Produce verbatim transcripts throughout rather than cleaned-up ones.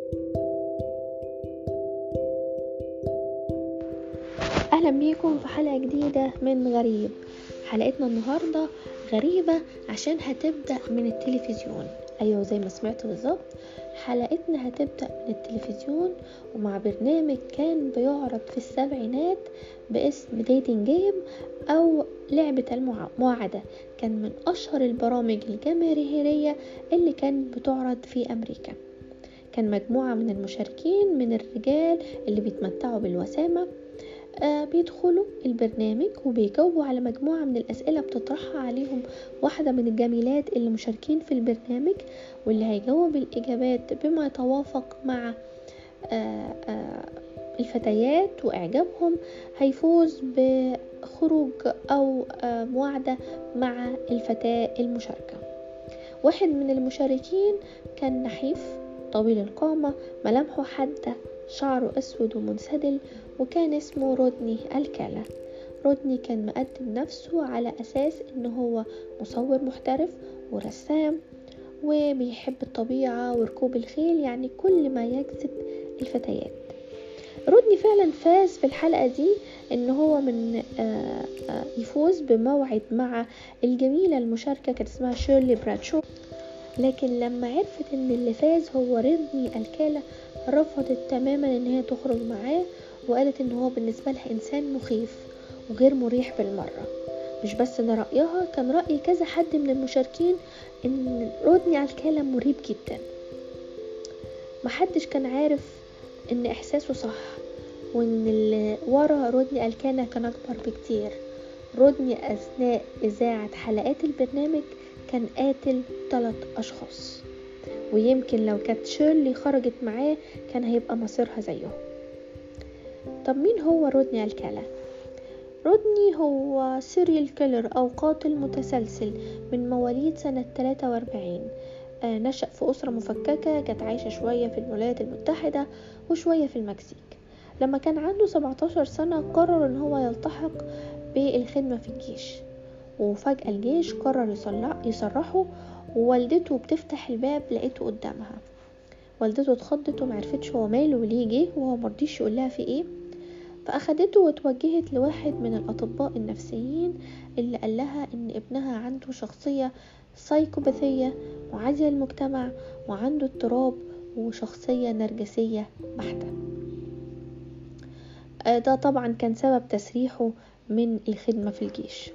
اهلا بيكم في حلقة جديدة من غريب. حلقتنا النهاردة غريبة عشان هتبدأ من التلفزيون. ايوه زي ما سمعت بالظبط، حلقتنا هتبدأ من التلفزيون ومع برنامج كان بيعرض في السبعينات باسم ديتنج جيم او لعبة المواعدة. كان من اشهر البرامج الجماهيرية اللي كانت بتعرض في امريكا. كان مجموعة من المشاركين من الرجال اللي بيتمتعوا بالوسامة آه بيدخلوا البرنامج وبيجاوبوا على مجموعة من الأسئلة بتطرحها عليهم واحدة من الجميلات اللي مشاركين في البرنامج، واللي هيجاوب الإجابات بما يتوافق مع آه آه الفتيات وإعجابهم هيفوز بخروج أو آه مواعدة مع الفتاة المشاركة. واحد من المشاركين كان نحيف طويل القامة، ملامحه حادة، شعره أسود ومنسدل، وكان اسمه رودني الكالا. رودني كان مقدم نفسه على أساس إنه هو مصور محترف ورسام وبيحب الطبيعة وركوب الخيل، يعني كل ما يجذب الفتيات. رودني فعلا فاز في الحلقة دي إنه هو من آآ آآ يفوز بموعد مع الجميلة المشاركة كانت اسمها شيرلي برادشو. لكن لما عرفت ان اللي فاز هو رودني الكالا رفضت تماما ان هي تخرج معاه، وقالت ان هو بالنسبة لها انسان مخيف وغير مريح بالمرة. مش بس ده رأيها، كان رأي كذا حد من المشاركين ان رودني الكالا مريب جدا. محدش كان عارف ان احساسه صح، وان اللي ورا رودني الكالا كان اكبر بكتير. رودني اثناء اذاعة حلقات البرنامج كان قاتل ثلاث اشخاص، ويمكن لو كانت شيرلي خرجت معاه كان هيبقى مصيرها زيه. طب مين هو رودني الكالا؟ رودني هو سيريال كيلر او قاتل متسلسل من مواليد سنة ثلاثة وأربعين. آه نشأ في أسرة مفككة كانت عايشة شوية في الولايات المتحدة وشوية في المكسيك. لما كان عنده سبعتاشر سنة قرر ان هو يلتحق بالخدمة في الجيش، وفجأة الجيش قرر يصرحه، ووالدته بتفتح الباب لقيته قدامها. والدته اتخضت ومعرفتش هو ماله وليه جه، وهو مرضيش يقولها في ايه. فاخدته وتوجهت لواحد من الاطباء النفسيين اللي قالها ان ابنها عنده شخصية سايكوباثية معادية للمجتمع وعنده اضطراب وشخصية نرجسية بحتة. ده طبعا كان سبب تسريحه من الخدمة في الجيش.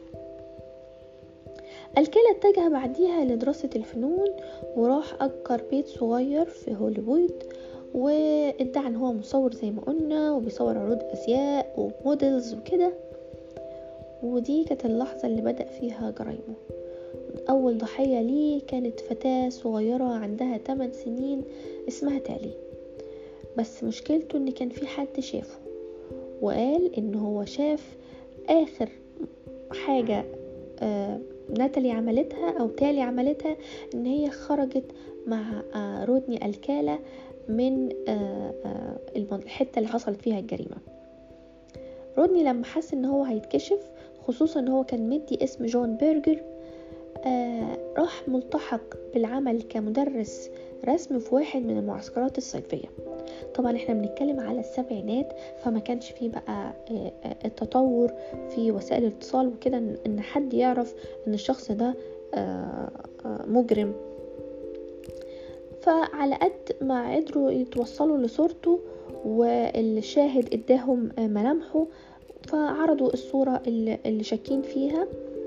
الكالا اتجه بعديها لدراسة الفنون وراح أجر بيت صغير في هوليوود، وادعى ان هو مصور زي ما قلنا وبيصور عروض ازياء وموديلز وكده. ودي كانت اللحظة اللي بدأ فيها جرايمه. اول ضحية ليه كانت فتاة صغيرة عندها ثماني سنين اسمها تالي. بس مشكلته ان كان في حد شافه وقال ان هو شاف اخر حاجة آه ناتالي عملتها او تالي عملتها، ان هي خرجت مع آه رودني الكالا من آه آه الحتة اللي حصلت فيها الجريمة. رودني لما حس ان هو هيتكشف، خصوصا ان هو كان مدي اسم جون بيرجر، آه راح ملتحق بالعمل كمدرس رسم في واحد من المعسكرات الصيفية. طبعا احنا بنتكلم على السبعينات، فما كانش فيه بقى التطور في وسائل الاتصال وكده ان حد يعرف ان الشخص ده مجرم. فعلى قد ما قدروا يتوصلوا لصورته والشاهد اداهم ملامحه، فعرضوا الصورة اللي شاكين فيها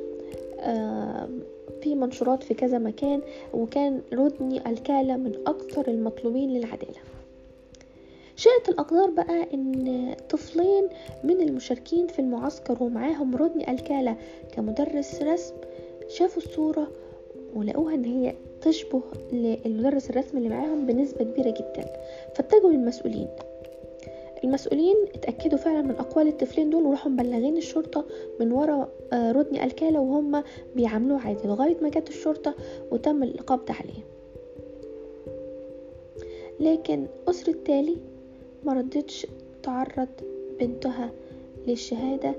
في منشورات في كذا مكان، وكان رودني الكالا من اكثر المطلوبين للعدالة. شاءت الأقدار بقى ان طفلين من المشاركين في المعسكر ومعاهم رودني الكالا كمدرس رسم شافوا الصورة ولقوها ان هي تشبه للمدرس الرسم اللي معاهم بنسبة كبيرة جدا. فاتجهوا للمسؤولين. المسؤولين اتأكدوا فعلا من أقوال الطفلين دول وراحوا مبلغين الشرطة من وراء رودني الكالا وهم بيعاملوه عادي، لغاية ما جت الشرطة وتم القبض عليه. لكن أسرة تالي ما رضتش تعرض بنتها للشهادة،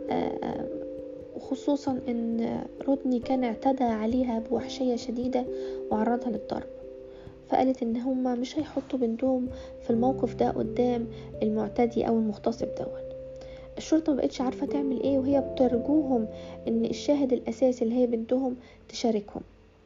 وخصوصا ان رودني كان اعتدى عليها بوحشية شديدة وعرضها للضرب. فقالت ان هما مش هيحطوا بنتهم في الموقف ده قدام المعتدي او المغتصب دون. الشرطة ما بقتش عارفة تعمل ايه، وهي بترجوهم ان الشاهد الاساسي اللي هي بنتهم تشاركهم.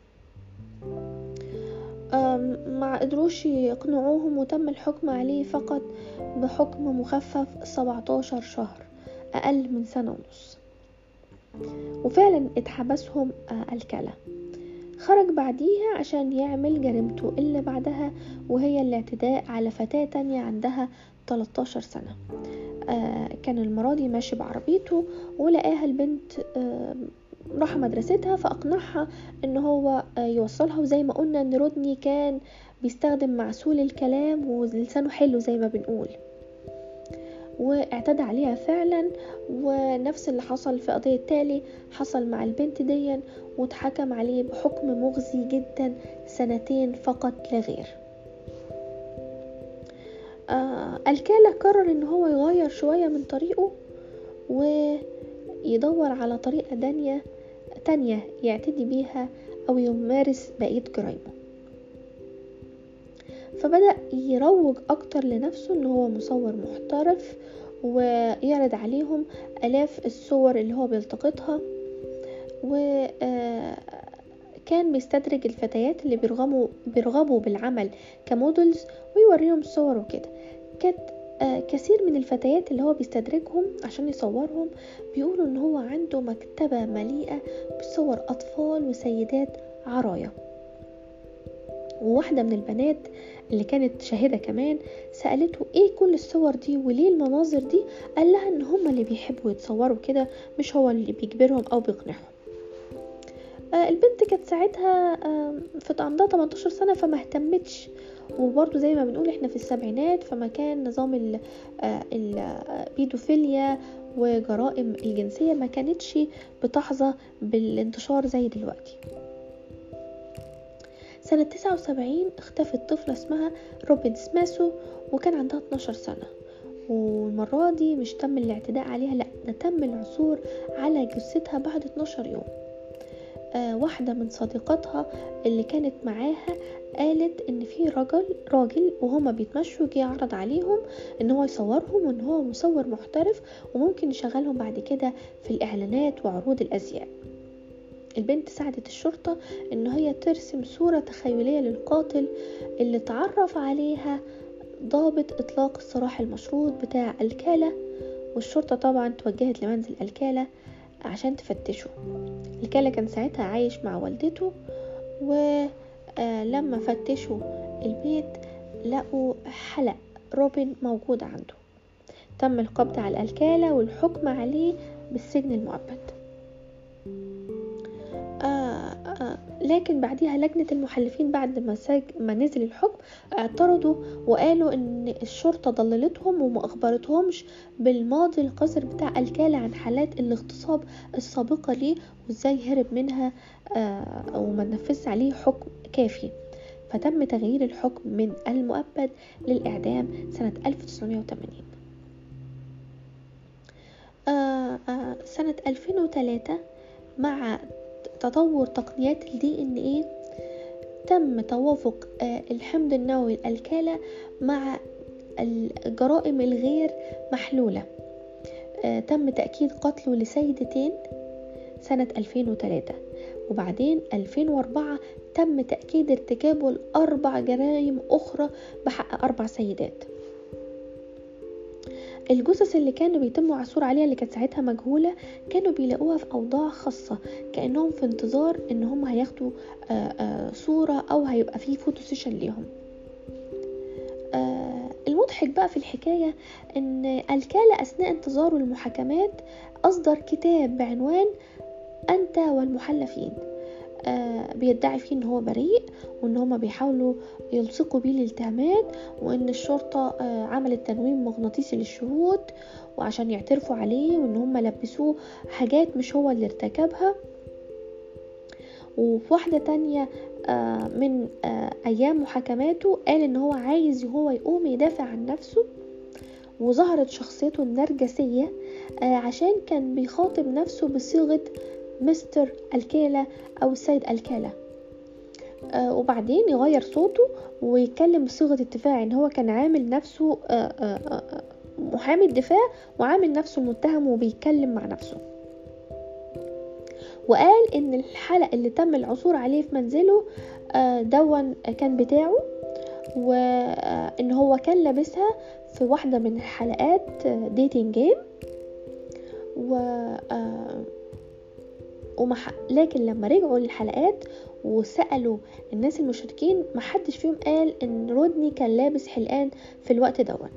ما قدروش يقنعوهم، وتم الحكم عليه فقط بحكم مخفف سبعتاشر شهر، اقل من سنة ونص. وفعلا اتحبسهم الكلى. خرج بعديها عشان يعمل جريمته اللي بعدها، وهي الاعتداء على فتاة تانية عندها تلتاشر سنة. آه كان المرة دي ماشي بعربيته ولقاها البنت آه راح مدرستها، فأقنعها ان هو آه يوصلها. وزي ما قلنا ان رودني كان بيستخدم معسول الكلام ولسانه حلو زي ما بنقول، واعتدى عليها فعلا. ونفس اللي حصل في قضية تالي حصل مع البنت دي، واتحكم عليه بحكم مغزي جدا، سنتين فقط لا غير. آه الكالا قرر ان هو يغير شوية من طريقه ويدور على طريقة دانية تانية يعتدي بيها او يمارس بقية جرائمه. فبدأ يروج اكتر لنفسه ان هو مصور محترف، ويعرض عليهم الاف الصور اللي هو بيلتقطها، وكان بيستدرج الفتيات اللي بيرغبوا بيرغبوا بالعمل كمودلز ويوريهم صور وكده. كانت كثير من الفتيات اللي هو بيستدرجهم عشان يصورهم بيقولوا ان هو عنده مكتبة مليئة بصور اطفال وسيدات عرايا. وواحدة من البنات اللي كانت شاهدة كمان سألته ايه كل الصور دي وليه المناظر دي؟ قال لها ان هم اللي بيحبوا يتصوروا كده، مش هو اللي بيجبرهم او بيقنعهم. آه البنت كانت ساعتها آه في عندها تمنتاشر سنة، فما اهتمتش. وبرضو زي ما بنقول احنا في السبعينات، فما كان نظام البيدوفيليا وجرائم الجنسية ما كانتش بتحظى بالانتشار زي دلوقتي. سنة تسعة وسبعين اختفت طفلة اسمها روبن سماسو، وكان عندها اتناشر سنة. والمرة دي مش تم الاعتداء عليها، لا ده تم العثور على جثتها بعد اتناشر يوم. آه واحدة من صديقاتها اللي كانت معاها قالت ان في راجل راجل وهما بيتمشوا جه يعرض عليهم ان هو يصورهم، وان هو مصور محترف وممكن يشغلهم بعد كده في الاعلانات وعروض الازياء. البنت ساعدت الشرطة ان هي ترسم صورة تخيلية للقاتل اللي تعرف عليها ضابط اطلاق السراح المشروط بتاع الكالا. والشرطة طبعا توجهت لمنزل الكالا عشان تفتشه. الكالا كان ساعتها عايش مع والدته، ولما فتشوا البيت لقوا حلق روبن موجود عنده. تم القبض على الكالا والحكم عليه بالسجن المؤبد. آه آه لكن بعدها لجنة المحلفين بعد ما, سج... ما نزل الحكم اعترضوا وقالوا ان الشرطة ضللتهم وما اخبرتهمش بالماضي القذر بتاع الكالا عن حالات الاغتصاب السابقة ليه وازاي هرب منها آه وما نفذش عليه حكم كافي. فتم تغيير الحكم من المؤبد للإعدام سنة ألف وتسعمائة وثمانين. آه آه سنة ألفين وثلاثة مع تطور تقنيات الدي ان ايه تم توافق آه الحمض النووي الكالا مع الجرائم الغير محلولة. آه تم تأكيد قتله لسيدتين سنة ألفين وثلاثة، وبعدين ألفين وأربعة تم تأكيد ارتكابه لأربع جرائم أخرى بحق أربع سيدات. الجثث اللي كانوا بيتموا عثور عليها اللي كانت ساعتها مجهولة كانوا بيلاقوها في أوضاع خاصة، كأنهم في انتظار ان هم هياخدوا آآ آآ صورة او هيبقى فيه فوتو سيشن ليهم. المضحك بقى في الحكاية ان الكالا اثناء انتظاره المحاكمات اصدر كتاب بعنوان انت والمحلفين، آه بيدعي فيه ان هو بريء وان هما بيحاولوا يلصقوا بيه الاتهامات، وان الشرطة آه عملت تنويم مغناطيسي للشهود وعشان يعترفوا عليه، وان هما لبسوه حاجات مش هو اللي ارتكبها. وفي واحدة تانية آه من آه ايام محاكماته قال ان هو عايز هو يقوم يدافع عن نفسه، وظهرت شخصيته النرجسية آه عشان كان بيخاطب نفسه بصيغة مستر الكالا او السيد الكالا. آه وبعدين يغير صوته ويتكلم بصيغة الدفاع ان هو كان عامل نفسه آه آه آه محامي الدفاع وعامل نفسه متهم وبيتكلم مع نفسه. وقال ان الحلق اللي تم العثور عليه في منزله آه دون كان بتاعه، وان هو كان لابسها في واحدة من الحلقات ديتينج جيم و آه ومح... لكن لما رجعوا للحلقات وسألوا الناس المشاركين محدش فيهم قال ان رودني كان لابس حلقان في الوقت دون.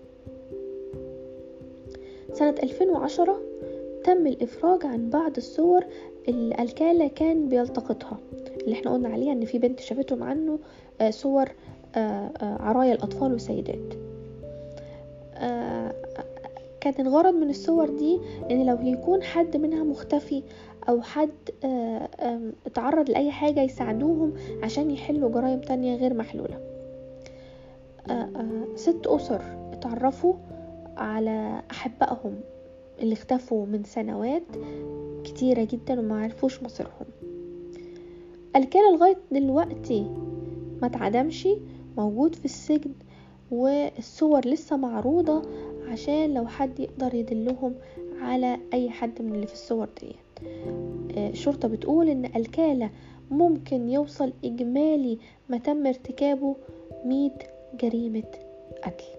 سنة ألفين وعشرة تم الإفراج عن بعض الصور اللي الكالة كان بيلتقطها، اللي احنا قلنا عليها ان في بنت شافتهم عنه صور عرايا الأطفال والسيدات. كان الغرض من الصور دي ان لو يكون حد منها مختفي او حد اتعرض لأي حاجة يساعدوهم عشان يحلوا جرائم تانية غير محلولة. ست أسر اتعرفوا على أحبائهم اللي اختفوا من سنوات كتيرة جدا وما عرفوش مصيرهم. الكالة لغاية دلوقتي ما اتعدمش، موجود في السجن، والصور لسه معروضة عشان لو حد يقدر يدلهم على اي حد من اللي في الصور دي. الشرطة بتقول ان الكالة ممكن يوصل اجمالي ما تم ارتكابه مية جريمة قتل.